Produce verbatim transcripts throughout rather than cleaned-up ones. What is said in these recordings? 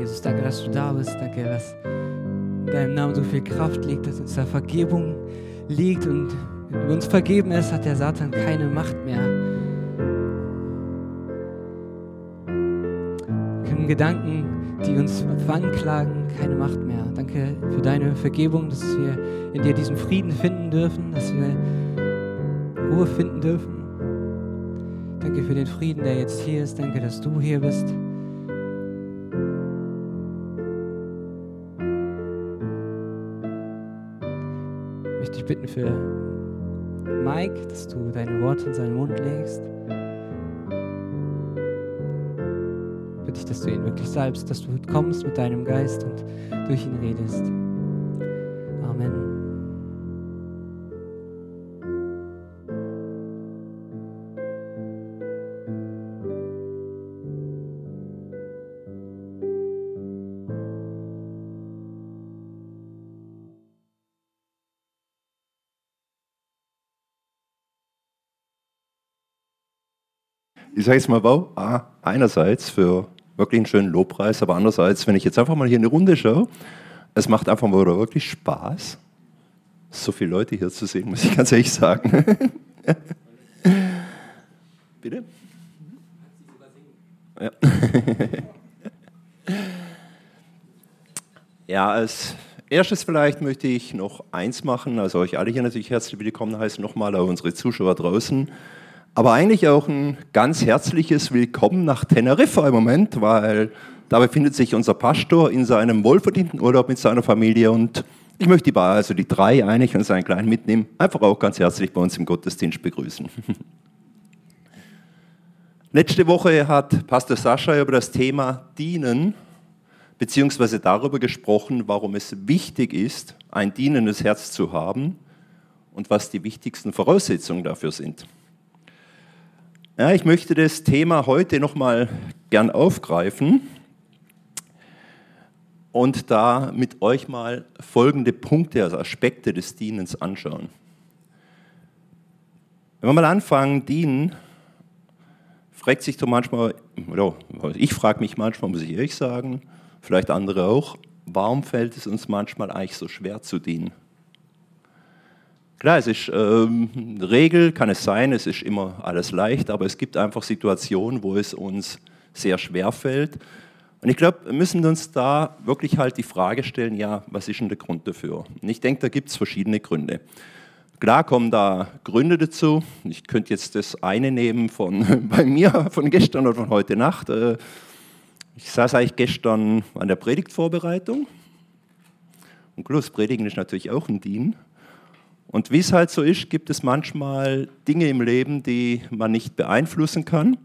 Jesus. Danke, dass du da bist. Danke, dass in deinem Namen so viel Kraft liegt, dass uns da Vergebung liegt. Und wenn uns vergeben ist, hat der Satan keine Macht mehr. Wir können Gedanken, die uns anklagen, keine Macht mehr. Danke für deine Vergebung, dass wir in dir diesen Frieden finden dürfen, dass wir Ruhe finden dürfen. Danke für den Frieden, der jetzt hier ist. Danke, dass du hier bist. Ich möchte dich bitten für Mike, dass du deine Worte in seinen Mund legst. Ich bitte dich, dass du ihn wirklich salbst, dass du kommst mit deinem Geist und durch ihn redest. Amen. Ich sage jetzt mal, wow, ah, einerseits für wirklich einen schönen Lobpreis, aber andererseits, wenn ich jetzt einfach mal hier in die Runde schaue, es macht einfach mal wirklich Spaß, so viele Leute hier zu sehen, muss ich ganz ehrlich sagen. Bitte? Ja. Ja, als erstes vielleicht möchte ich noch eins machen, also euch alle hier natürlich herzlich willkommen heißen, nochmal auch unsere Zuschauer draußen. Aber eigentlich auch ein ganz herzliches Willkommen nach Teneriffa im Moment, weil da befindet sich unser Pastor in seinem wohlverdienten Urlaub mit seiner Familie und ich möchte die beiden, also die drei eigentlich und seinen Kleinen mitnehmen, einfach auch ganz herzlich bei uns im Gottesdienst begrüßen. Letzte Woche hat Pastor Sascha über das Thema Dienen beziehungsweise darüber gesprochen, warum es wichtig ist, ein dienendes Herz zu haben und was die wichtigsten Voraussetzungen dafür sind. Ja, ich möchte das Thema heute nochmal gern aufgreifen und da mit euch mal folgende Punkte, also Aspekte des Dienens anschauen. Wenn wir mal anfangen, dienen, fragt sich doch manchmal, oder ich frage mich manchmal, muss ich ehrlich sagen, vielleicht andere auch, warum fällt es uns manchmal eigentlich so schwer zu dienen? Klar, es ist ähm, Regel, kann es sein, es ist immer alles leicht, aber es gibt einfach Situationen, wo es uns sehr schwer fällt. Und ich glaube, wir müssen uns da wirklich halt die Frage stellen, ja, was ist denn der Grund dafür? Und ich denke, da gibt es verschiedene Gründe. Klar kommen da Gründe dazu. Ich könnte jetzt das eine nehmen von bei mir, von gestern oder von heute Nacht. Ich saß eigentlich gestern an der Predigtvorbereitung. Und klar, das Predigen ist natürlich auch ein Dienen. Und wie es halt so ist, gibt es manchmal Dinge im Leben, die man nicht beeinflussen kann.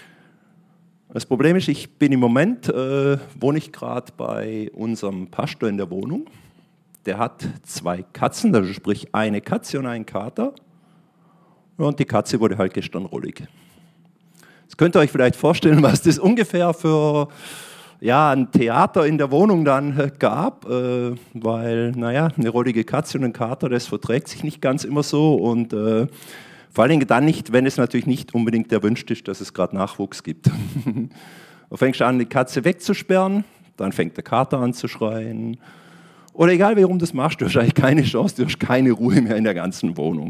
Das Problem ist, ich bin im Moment, äh, wohne ich gerade bei unserem Pastor in der Wohnung. Der hat zwei Katzen, also sprich eine Katze und einen Kater. Und die Katze wurde halt gestern rollig. Jetzt könnt ihr euch vielleicht vorstellen, was das ungefähr für ja, ein Theater in der Wohnung dann gab, äh, weil, naja, eine rollige Katze und ein Kater, das verträgt sich nicht ganz immer so und äh, vor allen Dingen dann nicht, wenn es natürlich nicht unbedingt erwünscht ist, dass es gerade Nachwuchs gibt. Du fängst an, die Katze wegzusperren, dann fängt der Kater an zu schreien oder egal, warum du das machst, du hast eigentlich keine Chance, du hast keine Ruhe mehr in der ganzen Wohnung.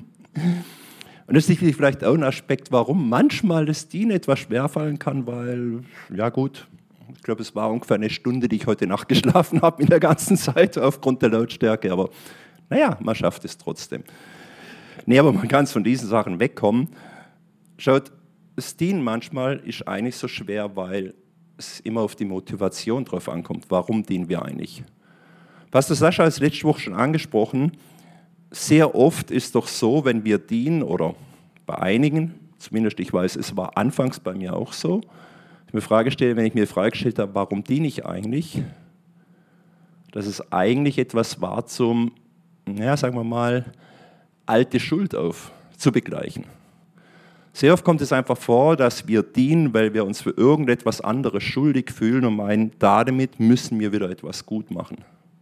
Und das ist vielleicht auch ein Aspekt, warum manchmal das Dienen etwas schwerfallen kann, weil, ja gut, ich glaube, es war ungefähr eine Stunde, die ich heute Nacht geschlafen habe in der ganzen Zeit aufgrund der Lautstärke. Aber naja, man schafft es trotzdem. Nee, aber man kann von diesen Sachen wegkommen. Schaut, das Dienen manchmal ist eigentlich so schwer, weil es immer auf die Motivation drauf ankommt. Warum dienen wir eigentlich? Pastor Sascha hat es letzte Woche schon angesprochen. Sehr oft ist doch so, wenn wir dienen, oder bei einigen, zumindest ich weiß, es war anfangs bei mir auch so, ich mir die Frage stelle, wenn ich mir die Frage gestellt habe, warum diene ich eigentlich, dass es eigentlich etwas war zum, naja, sagen wir mal, alte Schuld aufzubegleichen. Sehr oft kommt es einfach vor, dass wir dienen, weil wir uns für irgendetwas anderes schuldig fühlen und meinen, damit müssen wir wieder etwas gut machen.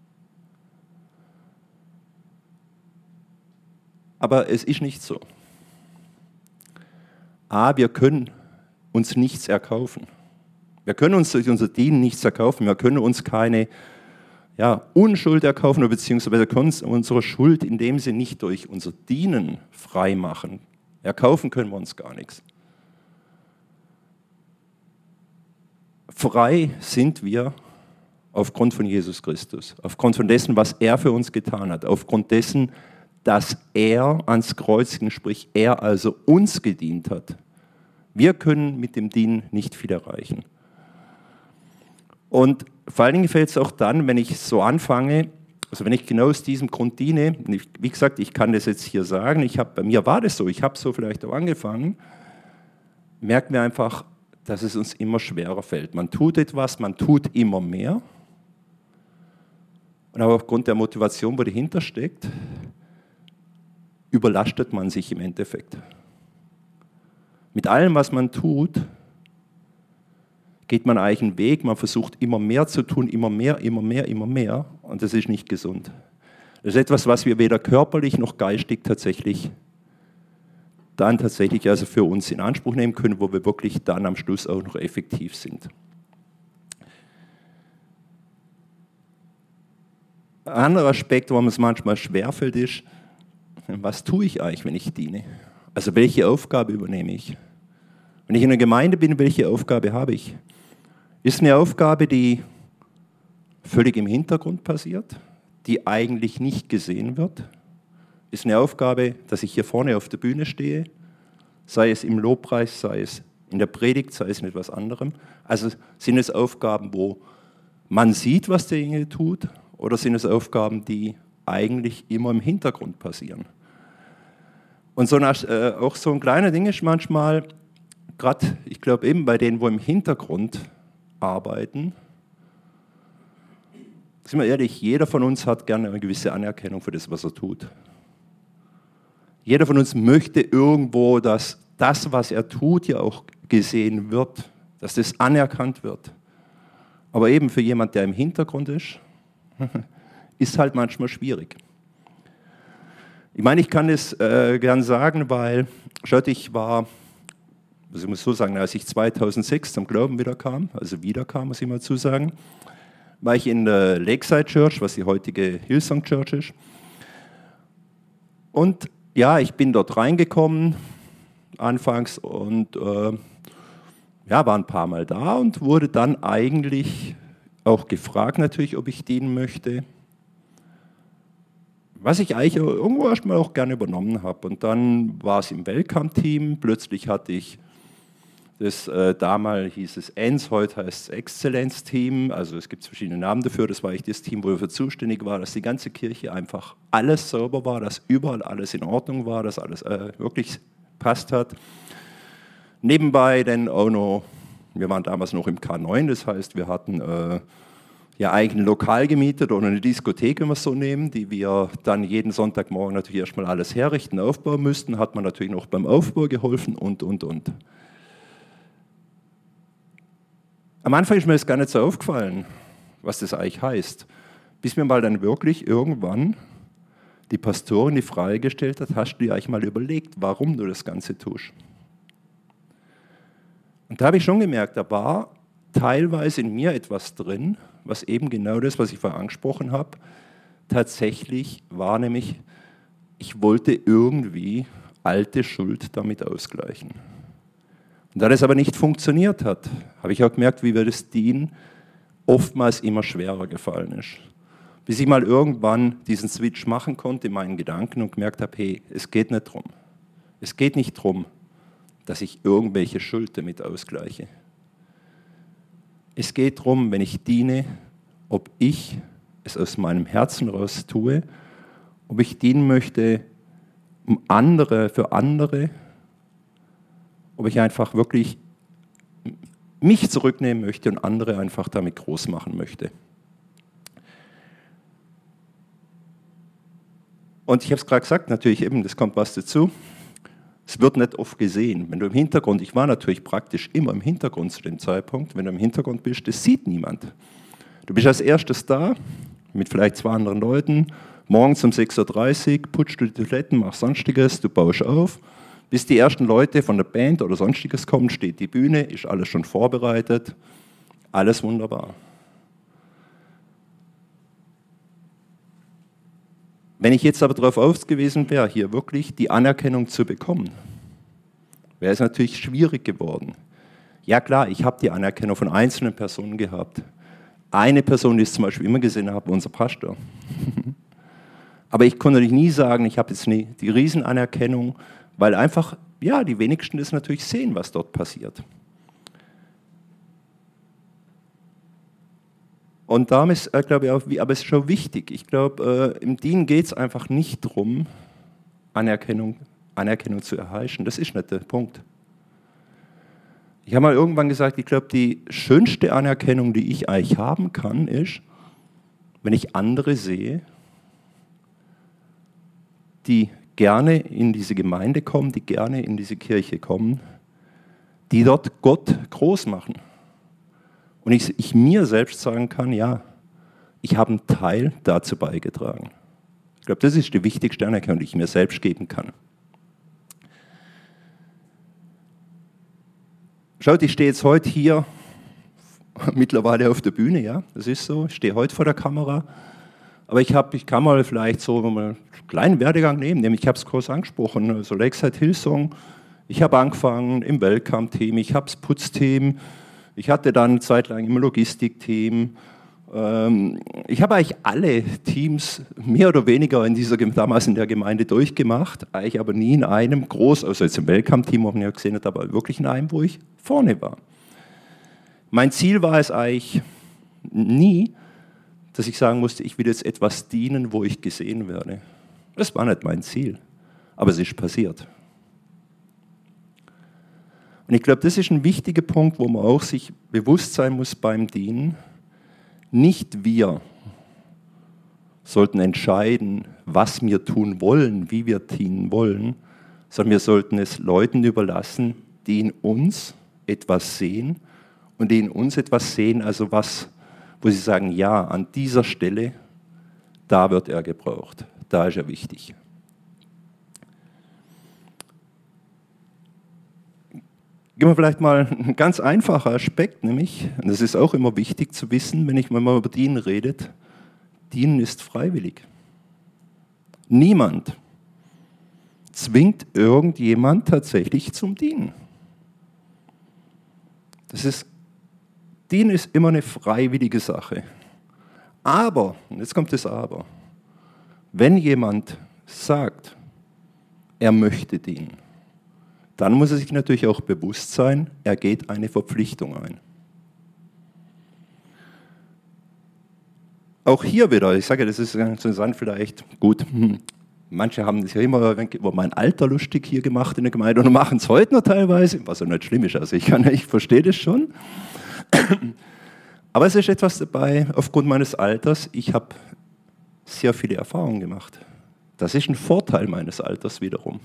Aber es ist nicht so. A, wir können uns nichts erkaufen. Wir können uns durch unser Dienen nichts erkaufen. Wir können uns keine ja, Unschuld erkaufen, beziehungsweise wir können unsere Schuld in dem Sinne nicht durch unser Dienen frei machen. Erkaufen können wir uns gar nichts. Frei sind wir aufgrund von Jesus Christus, aufgrund von dessen, was er für uns getan hat, aufgrund dessen, dass er ans Kreuz ging, sprich er also uns gedient hat. Wir können mit dem Dienen nicht viel erreichen. Und vor allen Dingen fällt es auch dann, wenn ich so anfange, also wenn ich genau aus diesem Grund diene, wie gesagt, ich kann das jetzt hier sagen, ich hab, bei mir war das so, ich habe so vielleicht auch angefangen, merken wir einfach, dass es uns immer schwerer fällt. Man tut etwas, man tut immer mehr. Und aber aufgrund der Motivation, wo dahinter steckt, überlastet man sich im Endeffekt. Mit allem, was man tut, geht man eigentlich einen Weg, man versucht immer mehr zu tun, immer mehr, immer mehr, immer mehr, und das ist nicht gesund. Das ist etwas, was wir weder körperlich noch geistig tatsächlich dann tatsächlich also für uns in Anspruch nehmen können, wo wir wirklich dann am Schluss auch noch effektiv sind. Ein anderer Aspekt, wo mir es manchmal schwerfällt, ist, was tue ich eigentlich, wenn ich diene? Also welche Aufgabe übernehme ich? Wenn ich in einer Gemeinde bin, welche Aufgabe habe ich? Ist eine Aufgabe, die völlig im Hintergrund passiert, die eigentlich nicht gesehen wird? Ist eine Aufgabe, dass ich hier vorne auf der Bühne stehe, sei es im Lobpreis, sei es in der Predigt, sei es in etwas anderem? Also sind es Aufgaben, wo man sieht, was derjenige tut, oder sind es Aufgaben, die eigentlich immer im Hintergrund passieren? Und so eine, äh, auch so ein kleiner Ding ist manchmal, gerade, ich glaube eben bei denen, wo im Hintergrund arbeiten, sind wir ehrlich, jeder von uns hat gerne eine gewisse Anerkennung für das, was er tut. Jeder von uns möchte irgendwo, dass das, was er tut, ja auch gesehen wird, dass das anerkannt wird. Aber eben für jemanden, der im Hintergrund ist, ist halt manchmal schwierig. Ich meine, ich kann es äh, gern sagen, weil, schaut, ich war, also ich muss so sagen, als ich zweitausendsechs zum Glauben wieder kam, also wieder kam, muss ich mal zusagen, war ich in der Lakeside Church, was die heutige Hillsong Church ist. Und ja, ich bin dort reingekommen, anfangs, und äh, ja, war ein paar Mal da und wurde dann eigentlich auch gefragt natürlich, ob ich dienen möchte. Was ich eigentlich irgendwo erstmal auch gerne übernommen habe. Und dann war es im Welcome-Team, plötzlich hatte ich das, äh, damals hieß es E N S, heute heißt es Exzellenz-Team, also es gibt verschiedene Namen dafür, das war ich das Team, wo dafür zuständig war, dass die ganze Kirche einfach alles sauber war, dass überall alles in Ordnung war, dass alles äh, wirklich passt hat. Nebenbei dann auch noch, wir waren damals noch im K neun, das heißt, wir hatten äh, ja eigentlich ein Lokal gemietet oder eine Diskothek, wenn wir es so nehmen, die wir dann jeden Sonntagmorgen natürlich erstmal alles herrichten, aufbauen müssten, hat man natürlich noch beim Aufbau geholfen und, und, und. Am Anfang ist mir das gar nicht so aufgefallen, was das eigentlich heißt, bis mir mal dann wirklich irgendwann die Pastorin die Frage gestellt hat, hast du dir eigentlich mal überlegt, warum du das Ganze tust? Und da habe ich schon gemerkt, da war teilweise in mir etwas drin, was eben genau das, was ich vorher angesprochen habe, tatsächlich war, nämlich ich wollte irgendwie alte Schuld damit ausgleichen. Und da das aber nicht funktioniert hat, habe ich auch gemerkt, wie mir das Dienen oftmals immer schwerer gefallen ist. Bis ich mal irgendwann diesen Switch machen konnte in meinen Gedanken und gemerkt habe, hey, es geht nicht drum. Es geht nicht darum, dass ich irgendwelche Schuld damit ausgleiche. Es geht darum, wenn ich diene, ob ich es aus meinem Herzen raus tue, ob ich dienen möchte um andere, für andere, ob ich einfach wirklich mich zurücknehmen möchte und andere einfach damit groß machen möchte. Und ich habe es gerade gesagt, natürlich eben, das kommt was dazu. Es wird nicht oft gesehen. Wenn du im Hintergrund, ich war natürlich praktisch immer im Hintergrund zu dem Zeitpunkt, wenn du im Hintergrund bist, das sieht niemand. Du bist als erstes da, mit vielleicht zwei anderen Leuten, morgens um sechs Uhr dreißig, putzt du die Toiletten, machst Sonstiges, du baust auf. Bis die ersten Leute von der Band oder Sonstiges kommen, steht die Bühne, ist alles schon vorbereitet. Alles wunderbar. Wenn ich jetzt aber darauf ausgewiesen wäre, hier wirklich die Anerkennung zu bekommen, wäre es natürlich schwierig geworden. Ja klar, ich habe die Anerkennung von einzelnen Personen gehabt. Eine Person, die ich zum Beispiel immer gesehen habe, unser Pastor. Aber ich konnte natürlich nie sagen, ich habe jetzt nie die Riesenanerkennung, weil einfach, ja, die wenigsten das natürlich sehen, was dort passiert. Und darum ist, äh, glaube ich, auch, aber es ist schon wichtig. Ich glaube, äh, im Dienen geht es einfach nicht darum, Anerkennung, Anerkennung zu erheischen. Das ist nicht der Punkt. Ich habe mal irgendwann gesagt, ich glaube, die schönste Anerkennung, die ich eigentlich haben kann, ist, wenn ich andere sehe, die gerne in diese Gemeinde kommen, die gerne in diese Kirche kommen, die dort Gott groß machen. Und ich, ich mir selbst sagen kann, ja, ich habe einen Teil dazu beigetragen. Ich glaube, das ist die wichtigste Anerkennung, die ich mir selbst geben kann. Schaut, ich stehe jetzt heute hier, mittlerweile auf der Bühne, ja, das ist so, ich stehe heute vor der Kamera, aber ich, hab, ich kann mal vielleicht so mal einen kleinen Werdegang nehmen, nämlich ich habe es kurz angesprochen, also Lakeside Hillsong, ich habe angefangen im Welcome-Team, ich habe das Putzteam, ich hatte dann eine Zeit lang im Logistikteam. Ich habe eigentlich alle Teams mehr oder weniger in dieser, damals in der Gemeinde durchgemacht, eigentlich aber nie in einem groß, also jetzt im Welcome-Team, wo man ja gesehen hat, aber wirklich in einem, wo ich vorne war. Mein Ziel war es eigentlich nie, dass ich sagen musste, ich will jetzt etwas dienen, wo ich gesehen werde. Das war nicht mein Ziel, aber es ist passiert. Und ich glaube, das ist ein wichtiger Punkt, wo man auch sich bewusst sein muss beim Dienen. Nicht wir sollten entscheiden, was wir tun wollen, wie wir dienen wollen, sondern wir sollten es Leuten überlassen, die in uns etwas sehen und die in uns etwas sehen, also was, wo sie sagen, ja, an dieser Stelle, da wird er gebraucht, da ist er wichtig. Gehen wir vielleicht mal ein ganz einfacher Aspekt, nämlich, und das ist auch immer wichtig zu wissen, wenn ich mal über Dienen redet, Dienen ist freiwillig. Niemand zwingt irgendjemand tatsächlich zum Dienen. Das ist, Dienen ist immer eine freiwillige Sache. Aber, und jetzt kommt das Aber, wenn jemand sagt, er möchte dienen, dann muss er sich natürlich auch bewusst sein, er geht eine Verpflichtung ein. Auch hier wieder, ich sage, das ist ganz interessant vielleicht, gut, manche haben das ja immer über mein Alter lustig hier gemacht in der Gemeinde und machen es heute noch teilweise, was ja nicht schlimm ist, also ich, kann, ich verstehe das schon. Aber es ist etwas dabei, aufgrund meines Alters, ich habe sehr viele Erfahrungen gemacht. Das ist ein Vorteil meines Alters wiederum.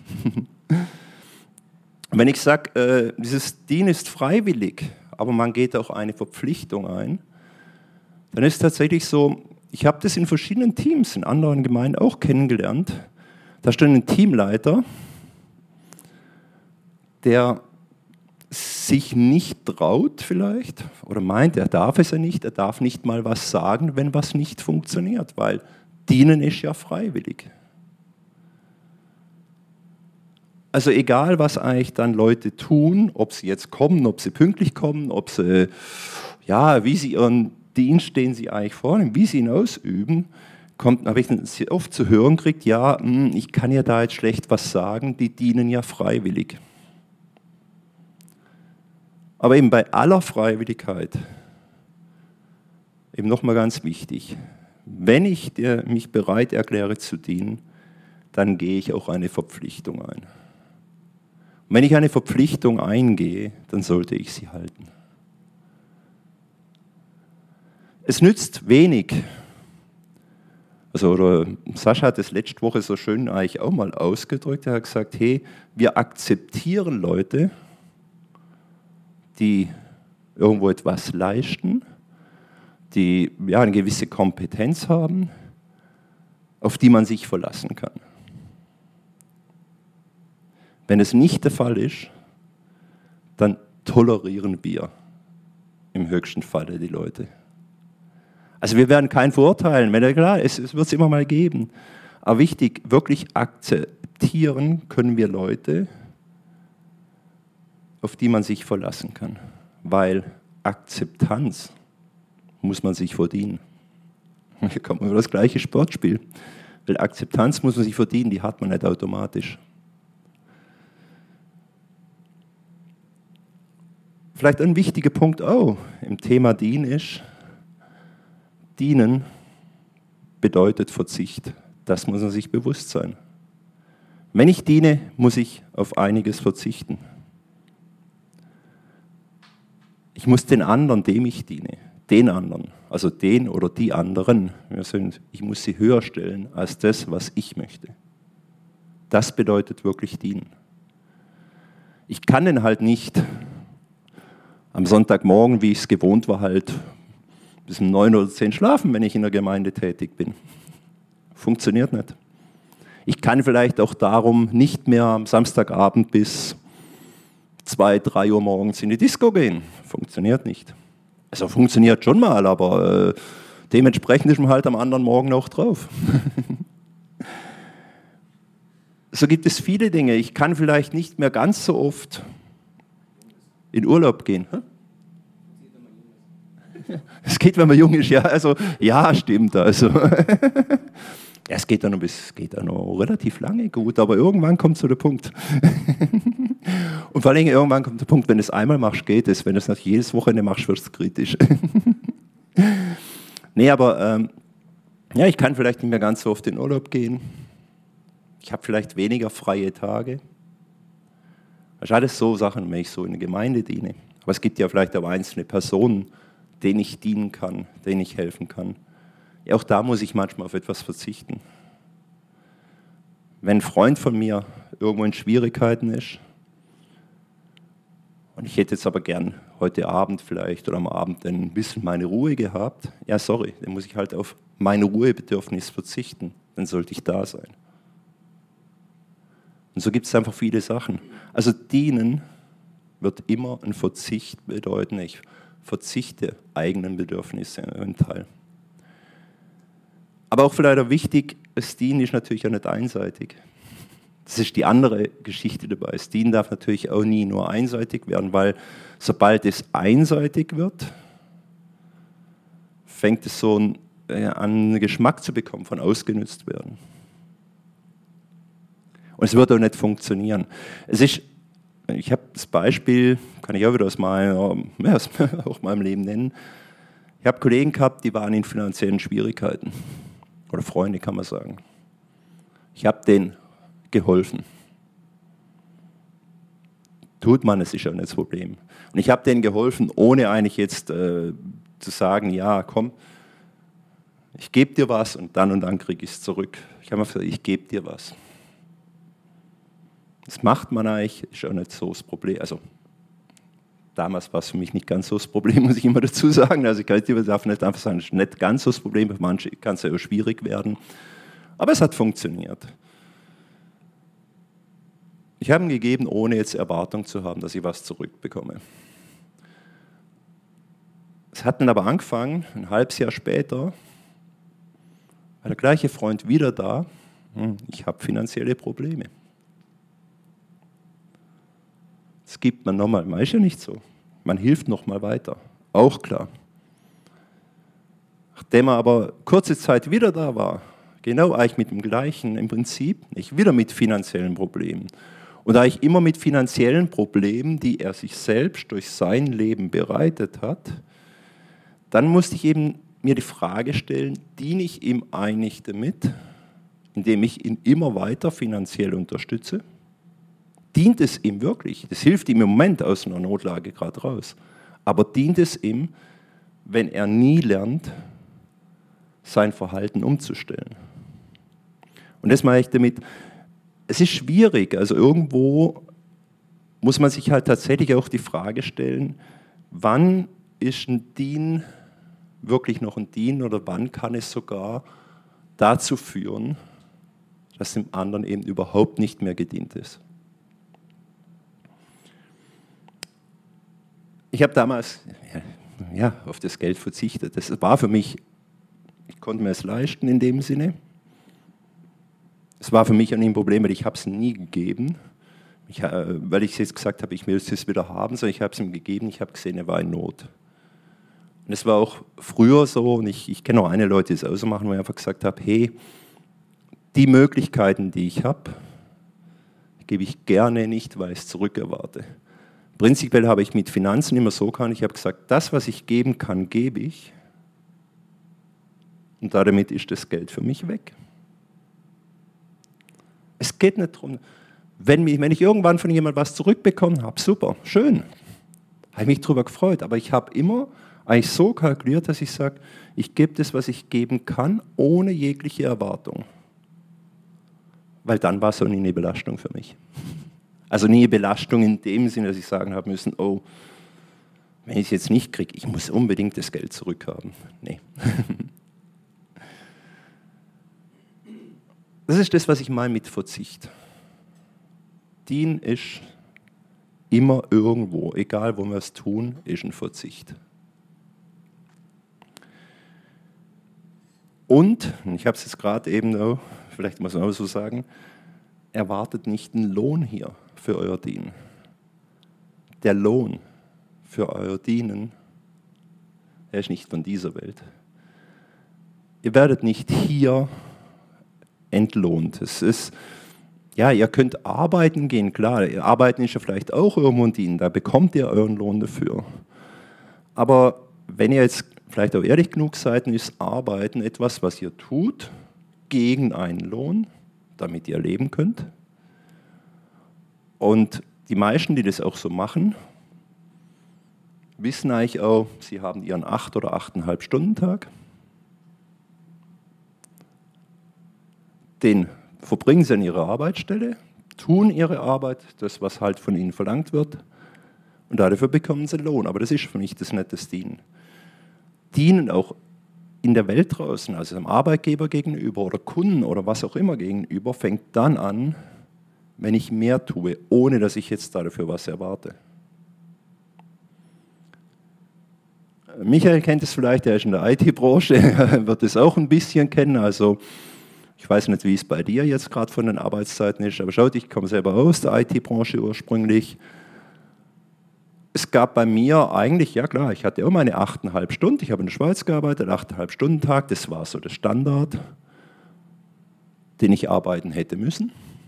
Wenn ich sage, äh, dieses Dienen ist freiwillig, aber man geht auch eine Verpflichtung ein, dann ist es tatsächlich so, ich habe das in verschiedenen Teams, in anderen Gemeinden auch kennengelernt. Da steht ein Teamleiter, der sich nicht traut vielleicht oder meint, er darf es ja nicht, er darf nicht mal was sagen, wenn was nicht funktioniert, weil Dienen ist ja freiwillig. Also egal, was eigentlich dann Leute tun, ob sie jetzt kommen, ob sie pünktlich kommen, ob sie, ja, wie sie ihren Dienst, den sie eigentlich vornehmen, wie sie ihn ausüben, kommt, habe ich oft zu hören gekriegt, ja, ich kann ja da jetzt schlecht was sagen, die dienen ja freiwillig. Aber eben bei aller Freiwilligkeit, eben nochmal ganz wichtig, wenn ich mich bereit erkläre zu dienen, dann gehe ich auch eine Verpflichtung ein. Und wenn ich eine Verpflichtung eingehe, dann sollte ich sie halten. Es nützt wenig. Also, oder Sascha hat es letzte Woche so schön eigentlich auch mal ausgedrückt. Er hat gesagt, hey, wir akzeptieren Leute, die irgendwo etwas leisten, die ja, eine gewisse Kompetenz haben, auf die man sich verlassen kann. Wenn es nicht der Fall ist, dann tolerieren wir im höchsten Falle die Leute. Also wir werden keinen verurteilen, wenn klar, es, es wird es immer mal geben. Aber wichtig, wirklich akzeptieren können wir Leute, auf die man sich verlassen kann. Weil Akzeptanz muss man sich verdienen. Hier kommt man über das gleiche Sportspiel. Weil Akzeptanz muss man sich verdienen, die hat man nicht automatisch. Vielleicht ein wichtiger Punkt auch im Thema Dienen ist, Dienen bedeutet Verzicht. Das muss man sich bewusst sein. Wenn ich diene, muss ich auf einiges verzichten. Ich muss den anderen, dem ich diene, den anderen, also den oder die anderen, wir sind, ich muss sie höher stellen als das, was ich möchte. Das bedeutet wirklich dienen. Ich kann den halt nicht am Sonntagmorgen, wie ich es gewohnt war, halt bis um neun oder zehn schlafen, wenn ich in der Gemeinde tätig bin. Funktioniert nicht. Ich kann vielleicht auch darum nicht mehr am Samstagabend bis zwei, drei Uhr morgens in die Disco gehen. Funktioniert nicht. Also funktioniert schon mal, aber äh, dementsprechend ist man halt am anderen Morgen auch drauf. So gibt es viele Dinge. Ich kann vielleicht nicht mehr ganz so oft in Urlaub gehen. Es geht, wenn man jung ist, ja. Also, ja, stimmt. Also. Ja, es geht dann noch, bis, geht dann noch relativ lange gut, aber irgendwann kommt so der Punkt. Und vor allem irgendwann kommt der Punkt, wenn du es einmal machst, geht es. Wenn du es nicht jedes Wochenende machst, wird es kritisch. Nee, aber ähm, ja, ich kann vielleicht nicht mehr ganz so oft in Urlaub gehen. Ich habe vielleicht weniger freie Tage. Das ist alles so Sachen, wenn ich so in der Gemeinde diene. Aber es gibt ja vielleicht auch einzelne Personen, denen ich dienen kann, denen ich helfen kann. Ja, auch da muss ich manchmal auf etwas verzichten. Wenn ein Freund von mir irgendwo in Schwierigkeiten ist und ich hätte jetzt aber gern heute Abend vielleicht oder am Abend ein bisschen meine Ruhe gehabt, ja sorry, dann muss ich halt auf mein Ruhebedürfnis verzichten, dann sollte ich da sein. Und so gibt es einfach viele Sachen. Also dienen wird immer ein Verzicht bedeuten. Ich verzichte eigenen Bedürfnisse einen Teil. Aber auch vielleicht auch wichtig, das Dienen ist natürlich auch nicht einseitig. Das ist die andere Geschichte dabei. Das Dienen darf natürlich auch nie nur einseitig werden, weil sobald es einseitig wird, fängt es so an, äh, an einen Geschmack zu bekommen, von ausgenutzt werden. Und es wird auch nicht funktionieren. Es ist, ich habe das Beispiel, kann ich auch wieder aus meinem, ja, aus auch meinem Leben nennen. Ich habe Kollegen gehabt, die waren in finanziellen Schwierigkeiten. Oder Freunde, kann man sagen. Ich habe denen geholfen. Tut man, es ist ja nicht das Problem. Und ich habe denen geholfen, ohne eigentlich jetzt äh, zu sagen, ja, komm, ich gebe dir was und dann und dann kriege ich es zurück. Ich habe mir gesagt, ich gebe dir was. Das macht man eigentlich, ist auch nicht so das Problem. Also damals war es für mich nicht ganz so das Problem, muss ich immer dazu sagen. Also ich darf nicht einfach sagen, es ist nicht ganz so das Problem. Für manche kann es ja auch schwierig werden. Aber es hat funktioniert. Ich habe ihm gegeben, ohne jetzt Erwartung zu haben, dass ich was zurückbekomme. Es hat dann aber angefangen, ein halbes Jahr später, war der gleiche Freund wieder da. Ich habe finanzielle Probleme. Das gibt man nochmal, man ist ja nicht so. Man hilft nochmal weiter, auch klar. Nachdem er aber kurze Zeit wieder da war, genau eigentlich mit dem gleichen, im Prinzip nicht, wieder mit finanziellen Problemen. Und eigentlich immer mit finanziellen Problemen, die er sich selbst durch sein Leben bereitet hat, dann musste ich eben mir die Frage stellen, diene ich ihm eigentlich damit, indem ich ihn immer weiter finanziell unterstütze? Dient es ihm wirklich? Das hilft ihm im Moment aus einer Notlage gerade raus. Aber dient es ihm, wenn er nie lernt, sein Verhalten umzustellen? Und das meine ich damit, es ist schwierig. Also irgendwo muss man sich halt tatsächlich auch die Frage stellen, wann ist ein Dien wirklich noch ein Dien oder wann kann es sogar dazu führen, dass dem anderen eben überhaupt nicht mehr gedient ist. Ich habe damals, ja, ja, auf das Geld verzichtet. Das war für mich, ich konnte mir es leisten in dem Sinne. Es war für mich auch nie ein Problem, weil ich habe es nie gegeben, ich, weil ich jetzt gesagt habe, ich will es wieder haben, sondern ich habe es ihm gegeben, ich habe gesehen, er war in Not. Und es war auch früher so, und ich, ich kenne auch eine Leute, die es auch so machen, wo ich einfach gesagt habe, hey, die Möglichkeiten, die ich habe, gebe ich gerne nicht, weil ich es zurückerwarte. Prinzipiell habe ich mit Finanzen immer so gehabt, ich habe gesagt, das, was ich geben kann, gebe ich. Und damit ist das Geld für mich weg. Es geht nicht darum, wenn, mich, wenn ich irgendwann von jemandem was zurückbekommen habe, super, schön, habe ich mich darüber gefreut, aber ich habe immer eigentlich so kalkuliert, dass ich sage, ich gebe das, was ich geben kann, ohne jegliche Erwartung. Weil dann war es auch nie eine Belastung für mich. Also nie eine Belastung in dem Sinne, dass ich sagen habe müssen, oh, wenn ich es jetzt nicht kriege, ich muss unbedingt das Geld zurückhaben. Nee. Das ist das, was ich meine mit Verzicht. Dienen ist immer irgendwo, egal wo wir es tun, ist ein Verzicht. Und, ich habe es jetzt gerade eben auch, vielleicht muss man auch so sagen, erwartet nicht einen Lohn hier für euer Dienen. Der Lohn für euer Dienen, er ist nicht von dieser Welt. Ihr werdet nicht hier entlohnt. Es ist, ja, ihr könnt arbeiten gehen, klar, arbeiten ist ja vielleicht auch irgendwo ein Dienen, da bekommt ihr euren Lohn dafür. Aber wenn ihr jetzt vielleicht auch ehrlich genug seid, ist Arbeiten etwas, was ihr tut, gegen einen Lohn, damit ihr leben könnt. Und die meisten, die das auch so machen, wissen eigentlich auch, sie haben ihren acht- oder achteinhalb Stunden Tag. Den verbringen sie an ihrer Arbeitsstelle, tun ihre Arbeit, das, was halt von ihnen verlangt wird, und dafür bekommen sie Lohn. Aber das ist für mich das nettes Dienen. Dienen auch in der Welt draußen, also dem Arbeitgeber gegenüber oder Kunden oder was auch immer gegenüber, fängt dann an, wenn ich mehr tue, ohne dass ich jetzt dafür was erwarte. Michael kennt es vielleicht, er ist in der I T-Branche, er wird es auch ein bisschen kennen. Also ich weiß nicht, wie es bei dir jetzt gerade von den Arbeitszeiten ist, aber schaut, ich komme selber aus der I T-Branche ursprünglich. Es gab bei mir eigentlich, ja klar, ich hatte auch meine achteinhalb Stunden, ich habe in der Schweiz gearbeitet, achteinhalb Stunden Tag, das war so der Standard, den ich arbeiten hätte müssen.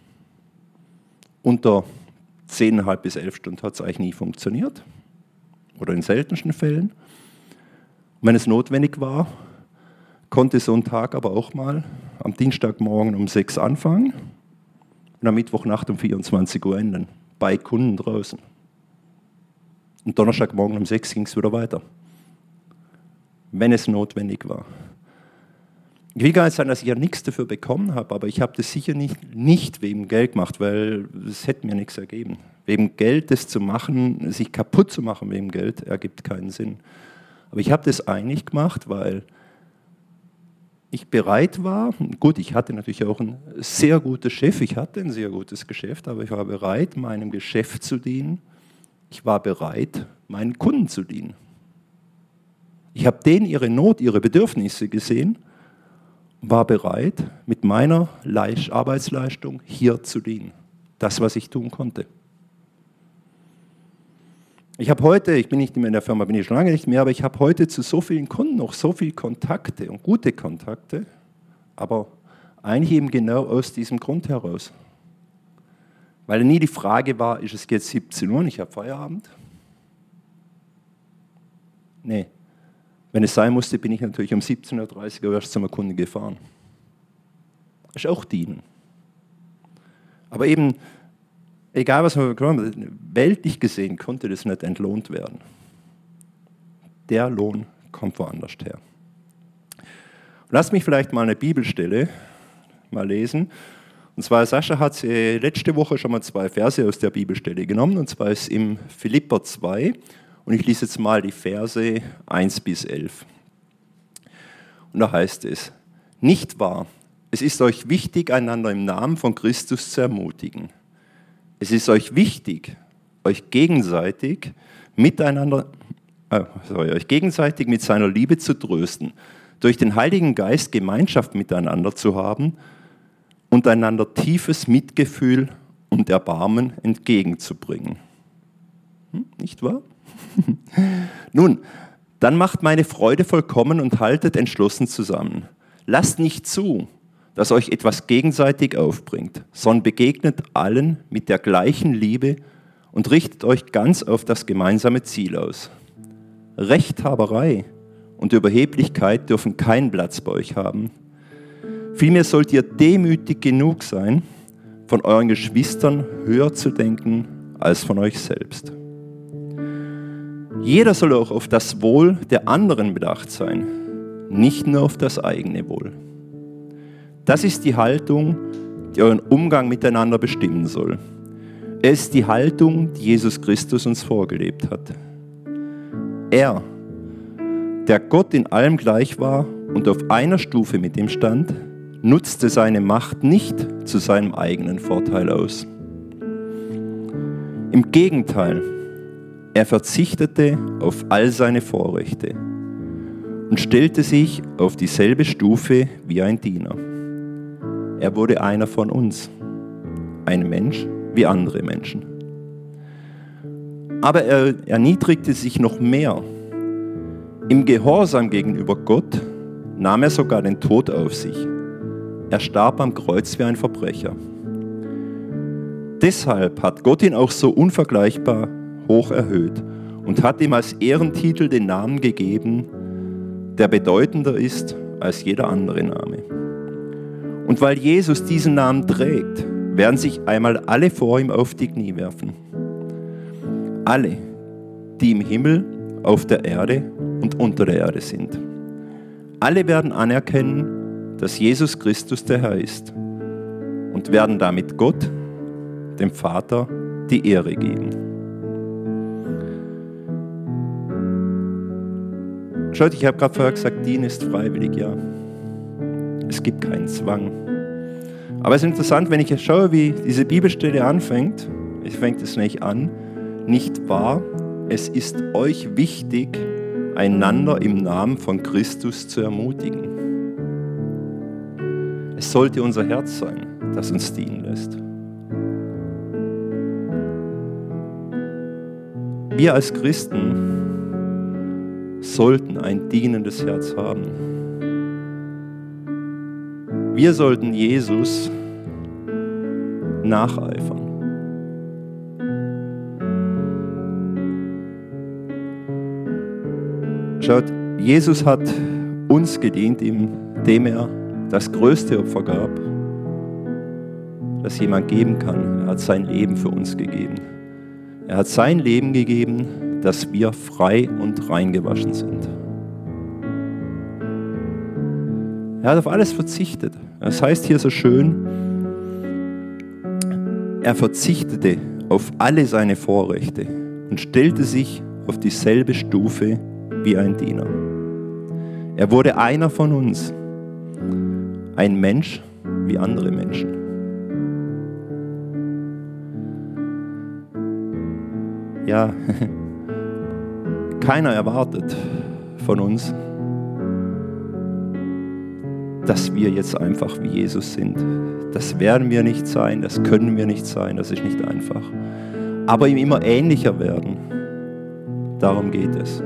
Unter zehneinhalb bis elf Stunden hat es eigentlich nie funktioniert, oder in seltensten Fällen. Und wenn es notwendig war, konnte so ein Tag aber auch mal am Dienstagmorgen um sechs anfangen und am Mittwochnacht um vierundzwanzig Uhr enden, bei Kunden draußen. Und Donnerstagmorgen um sechs ging es wieder weiter, wenn es notwendig war. Ich will gar nicht sagen, dass ich ja nichts dafür bekommen habe, aber ich habe das sicher nicht, nicht wegen Geld gemacht, weil es hätte mir nichts ergeben. Wegen Geld das zu machen, sich kaputt zu machen wegen Geld, ergibt keinen Sinn. Aber ich habe das eigentlich gemacht, weil ich bereit war, gut, ich hatte natürlich auch ein sehr gutes Chef, ich hatte ein sehr gutes Geschäft, aber ich war bereit, meinem Geschäft zu dienen. Ich war bereit, meinen Kunden zu dienen. Ich habe denen ihre Not, ihre Bedürfnisse gesehen, war bereit, mit meiner Arbeitsleistung hier zu dienen. Das, was ich tun konnte. Ich habe heute, ich bin nicht mehr in der Firma, bin ich schon lange nicht mehr, aber ich habe heute zu so vielen Kunden noch so viele Kontakte und gute Kontakte, aber eigentlich eben genau aus diesem Grund heraus. Weil nie die Frage war, ist es jetzt siebzehn Uhr und ich habe Feierabend? Nee. Wenn es sein musste, bin ich natürlich um siebzehn Uhr dreißig erst zum Kunden gefahren. Das ist auch Dienen. Aber eben, egal was man bekommen hat, weltlich gesehen konnte das nicht entlohnt werden. Der Lohn kommt woanders her. Lasst mich vielleicht mal eine Bibelstelle mal lesen. Und zwar, Sascha hat letzte Woche schon mal zwei Verse aus der Bibelstelle genommen, und zwar ist im Philipper zwei, und ich lese jetzt mal die Verse eins bis elf. Und da heißt es, nicht wahr, es ist euch wichtig, einander im Namen von Christus zu ermutigen. Es ist euch wichtig, euch gegenseitig miteinander, äh, sorry, euch gegenseitig mit seiner Liebe zu trösten, durch den Heiligen Geist Gemeinschaft miteinander zu haben und einander tiefes Mitgefühl und Erbarmen entgegenzubringen. Hm, nicht wahr? Nun, dann macht meine Freude vollkommen und haltet entschlossen zusammen. Lasst nicht zu, dass euch etwas gegenseitig aufbringt, sondern begegnet allen mit der gleichen Liebe und richtet euch ganz auf das gemeinsame Ziel aus. Rechthaberei und Überheblichkeit dürfen keinen Platz bei euch haben. Vielmehr sollt ihr demütig genug sein, von euren Geschwistern höher zu denken als von euch selbst. Jeder soll auch auf das Wohl der anderen bedacht sein, nicht nur auf das eigene Wohl. Das ist die Haltung, die euren Umgang miteinander bestimmen soll. Es ist die Haltung, die Jesus Christus uns vorgelebt hat. Er, der Gott in allem gleich war und auf einer Stufe mit ihm stand, nutzte seine Macht nicht zu seinem eigenen Vorteil aus. Im Gegenteil, er verzichtete auf all seine Vorrechte und stellte sich auf dieselbe Stufe wie ein Diener. Er wurde einer von uns, ein Mensch wie andere Menschen. Aber er erniedrigte sich noch mehr. Im Gehorsam gegenüber Gott nahm er sogar den Tod auf sich. Er starb am Kreuz wie ein Verbrecher. Deshalb hat Gott ihn auch so unvergleichbar hoch erhöht und hat ihm als Ehrentitel den Namen gegeben, der bedeutender ist als jeder andere Name. Und weil Jesus diesen Namen trägt, werden sich einmal alle vor ihm auf die Knie werfen. Alle, die im Himmel, auf der Erde und unter der Erde sind. Alle werden anerkennen, dass Jesus Christus der Herr ist und werden damit Gott, dem Vater, die Ehre geben. Schaut, ich habe gerade vorher gesagt, Dienen ist freiwillig, ja. Es gibt keinen Zwang. Aber es ist interessant, wenn ich jetzt schaue, wie diese Bibelstelle anfängt. Es fängt es nicht an, nicht wahr? Es ist euch wichtig, einander im Namen von Christus zu ermutigen. Es sollte unser Herz sein, das uns dienen lässt. Wir als Christen sollten ein dienendes Herz haben. Wir sollten Jesus nacheifern. Schaut, Jesus hat uns gedient, indem er das größte Opfer gab, das jemand geben kann. Er hat sein Leben für uns gegeben. Er hat sein Leben gegeben, dass wir frei und rein gewaschen sind. Er hat auf alles verzichtet. Das heißt hier so schön, er verzichtete auf alle seine Vorrechte und stellte sich auf dieselbe Stufe wie ein Diener. Er wurde einer von uns, ein Mensch wie andere Menschen. Ja, keiner erwartet von uns, dass wir jetzt einfach wie Jesus sind. Das werden wir nicht sein, das können wir nicht sein, das ist nicht einfach. Aber ihm immer ähnlicher werden, darum geht es.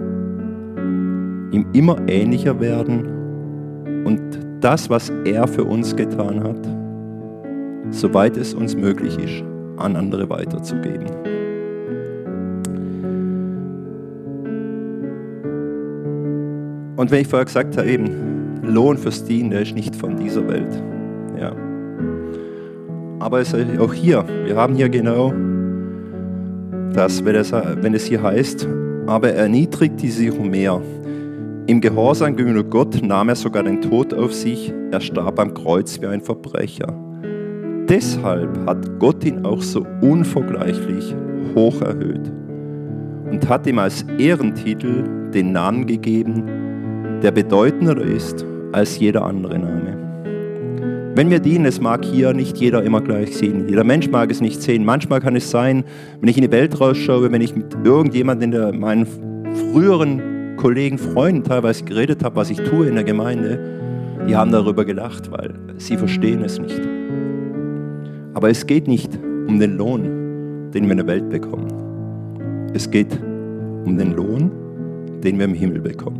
Ihm immer ähnlicher werden und das, was er für uns getan hat, soweit es uns möglich ist, an andere weiterzugeben. Und wenn ich vorher gesagt habe, eben, Lohn fürs Dienen, der ist nicht von dieser Welt. Ja. Aber es ist auch hier, wir haben hier genau das, wenn es, wenn es hier heißt, aber er erniedrigte sich mehr. Im Gehorsam gegenüber Gott nahm er sogar den Tod auf sich, er starb am Kreuz wie ein Verbrecher. Deshalb hat Gott ihn auch so unvergleichlich hoch erhöht und hat ihm als Ehrentitel den Namen gegeben, der bedeutender ist als jeder andere Name. Wenn wir dienen, es mag hier nicht jeder immer gleich sehen. Jeder Mensch mag es nicht sehen. Manchmal kann es sein, wenn ich in die Welt rausschaue, wenn ich mit irgendjemandem in der, meinem früheren Kollegen, Freunden teilweise geredet habe, was ich tue in der Gemeinde, die haben darüber gelacht, weil sie verstehen es nicht. Aber es geht nicht um den Lohn, den wir in der Welt bekommen. Es geht um den Lohn, den wir im Himmel bekommen.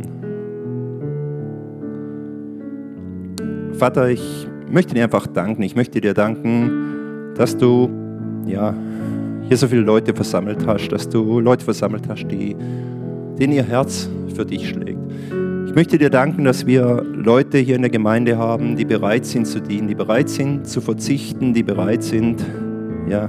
Vater, ich möchte dir einfach danken. Ich möchte dir danken, dass du ja, hier so viele Leute versammelt hast, dass du Leute versammelt hast, die, denen ihr Herz für dich schlägt. Ich möchte dir danken, dass wir Leute hier in der Gemeinde haben, die bereit sind zu dienen, die bereit sind zu verzichten, die bereit sind, ja,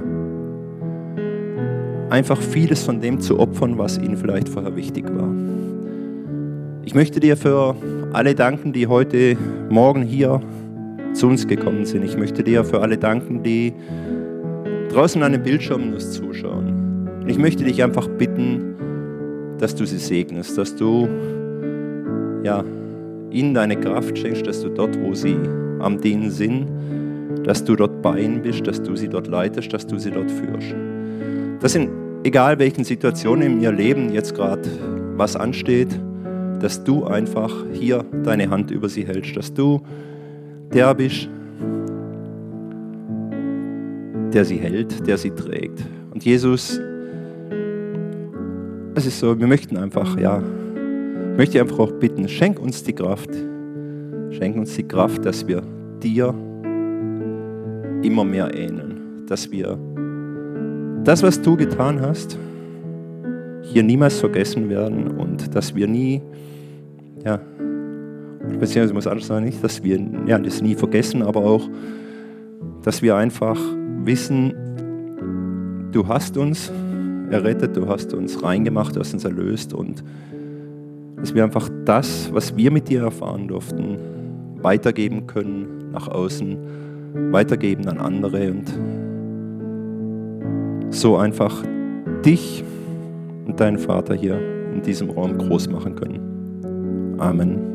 einfach vieles von dem zu opfern, was ihnen vielleicht vorher wichtig war. Ich möchte dir für alle danken, die heute Morgen hier zu uns gekommen sind. Ich möchte dir für alle danken, die draußen an den Bildschirmen uns zuschauen. Und ich möchte dich einfach bitten, dass du sie segnest, dass du ja, ihnen deine Kraft schenkst, dass du dort, wo sie am Dienen sind, dass du dort bei ihnen bist, dass du sie dort leitest, dass du sie dort führst. Dass in egal welchen Situationen in ihr Leben jetzt gerade was ansteht, dass du einfach hier deine Hand über sie hältst, dass du der bist, der sie hält, der sie trägt. Und Jesus, es ist so, wir möchten einfach, ja, ich möchte einfach auch bitten, schenk uns die Kraft, schenk uns die Kraft, dass wir dir immer mehr ähneln, dass wir das, was du getan hast, hier niemals vergessen werden und dass wir nie, ja, beziehungsweise muss anders sagen, nicht, dass wir ja, das nie vergessen, aber auch, dass wir einfach wissen, du hast uns errettet, du hast uns reingemacht, du hast uns erlöst und dass wir einfach das, was wir mit dir erfahren durften, weitergeben können nach außen, weitergeben an andere und so einfach dich und deinen Vater hier in diesem Raum groß machen können. Amen.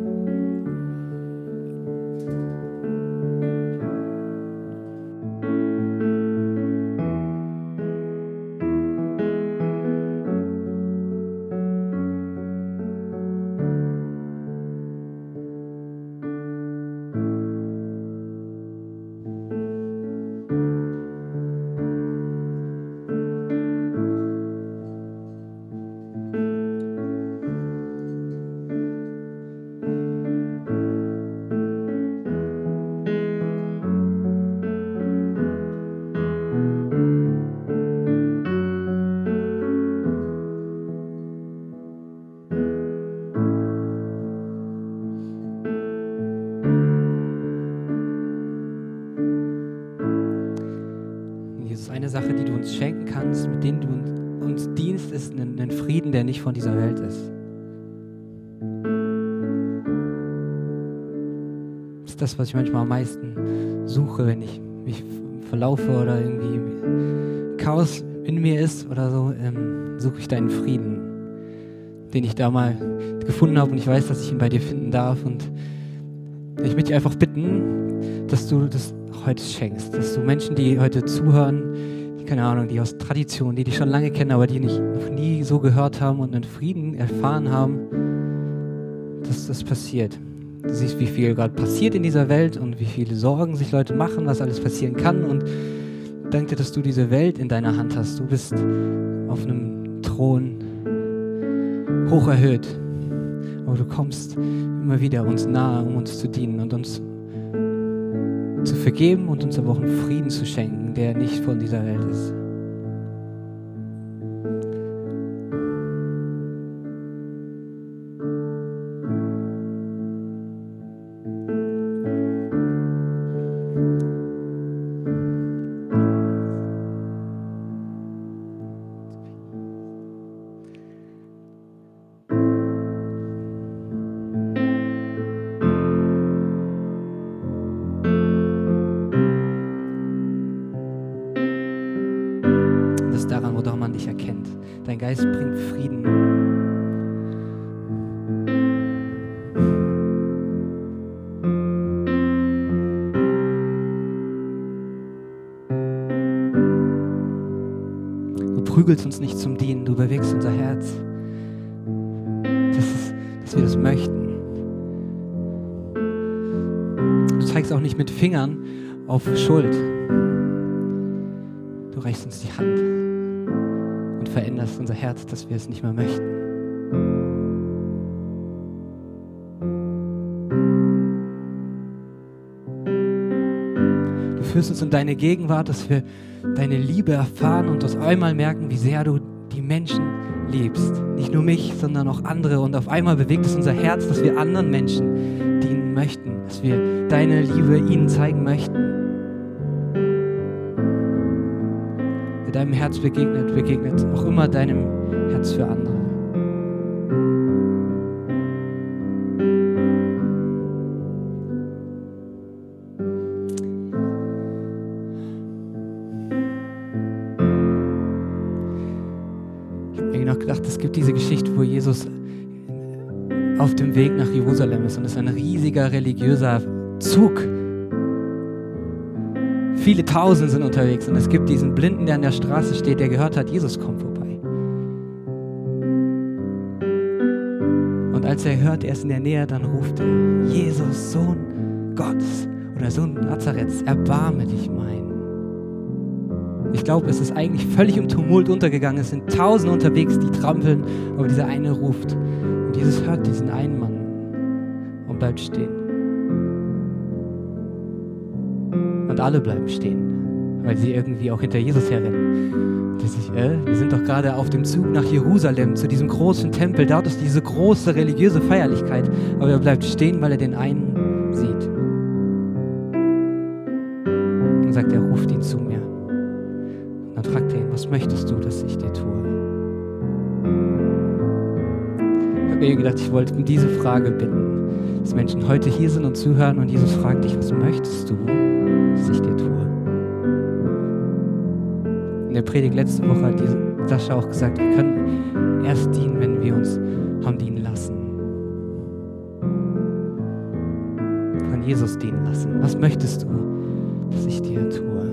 Eine Sache, die du uns schenken kannst, mit denen du uns dienst, ist ein, ein Frieden, der nicht von dieser Welt ist. Das ist das, was ich manchmal am meisten suche, wenn ich mich verlaufe oder irgendwie Chaos in mir ist oder so, ähm, suche ich deinen Frieden, den ich da mal gefunden habe und ich weiß, dass ich ihn bei dir finden darf und ich möchte dich einfach bitten, dass du das heute schenkst, dass du Menschen, die heute zuhören, die, keine Ahnung, die aus Tradition, die dich schon lange kennen, aber die nicht, noch nie so gehört haben und einen Frieden erfahren haben, dass das passiert. Du siehst, wie viel gerade passiert in dieser Welt und wie viele Sorgen sich Leute machen, was alles passieren kann und danke dir, dass du diese Welt in deiner Hand hast. Du bist auf einem Thron hoch erhöht, aber du kommst immer wieder uns nahe, um uns zu dienen und uns zu vergeben und uns aber auch einen Frieden zu schenken, der nicht von dieser Welt ist. Daran, woran man dich erkennt. Dein Geist bringt Frieden. Du prügelst uns nicht zum Dienen, du bewegst unser Herz. dass wir das möchten. Du zeigst auch nicht mit Fingern auf Schuld. Du reichst uns die Hand und veränderst unser Herz, dass wir es nicht mehr möchten. Du führst uns in deine Gegenwart, dass wir deine Liebe erfahren und auf einmal merken, wie sehr du die Menschen liebst. Nicht nur mich, sondern auch andere. Und auf einmal bewegt es unser Herz, dass wir anderen Menschen dienen möchten, dass wir deine Liebe ihnen zeigen möchten. Wer deinem Herz begegnet, begegnet auch immer deinem Herz für andere. Gedacht, es gibt diese Geschichte, wo Jesus auf dem Weg nach Jerusalem ist und es ist ein riesiger religiöser Zug. Viele Tausend sind unterwegs und es gibt diesen Blinden, der an der Straße steht, der gehört hat, Jesus kommt vorbei. Und als er hört, er ist in der Nähe, dann ruft er, Jesus, Sohn Gottes oder Sohn Nazareths, erbarme dich mein. Ich glaube, es ist eigentlich völlig im Tumult untergegangen. Es sind Tausende unterwegs, die trampeln, aber dieser eine ruft. Und Jesus hört diesen einen Mann und bleibt stehen. Und alle bleiben stehen, weil sie irgendwie auch hinter Jesus herrennen. Und ich, äh, wir sind doch gerade auf dem Zug nach Jerusalem, zu diesem großen Tempel. Dort ist diese große religiöse Feierlichkeit. Aber er bleibt stehen, weil er den einen sieht. Und sagt, er ruft ihn zu mir. Dann fragt er ihn, was möchtest du, dass ich dir tue? Ich habe mir gedacht, ich wollte um diese Frage bitten, dass Menschen heute hier sind und zuhören und Jesus fragt dich, was möchtest du, dass ich dir tue? In der Predigt letzte Woche hat die Sascha auch gesagt, wir können erst dienen, wenn wir uns haben dienen lassen. Von Jesus dienen lassen. Was möchtest du, dass ich dir tue?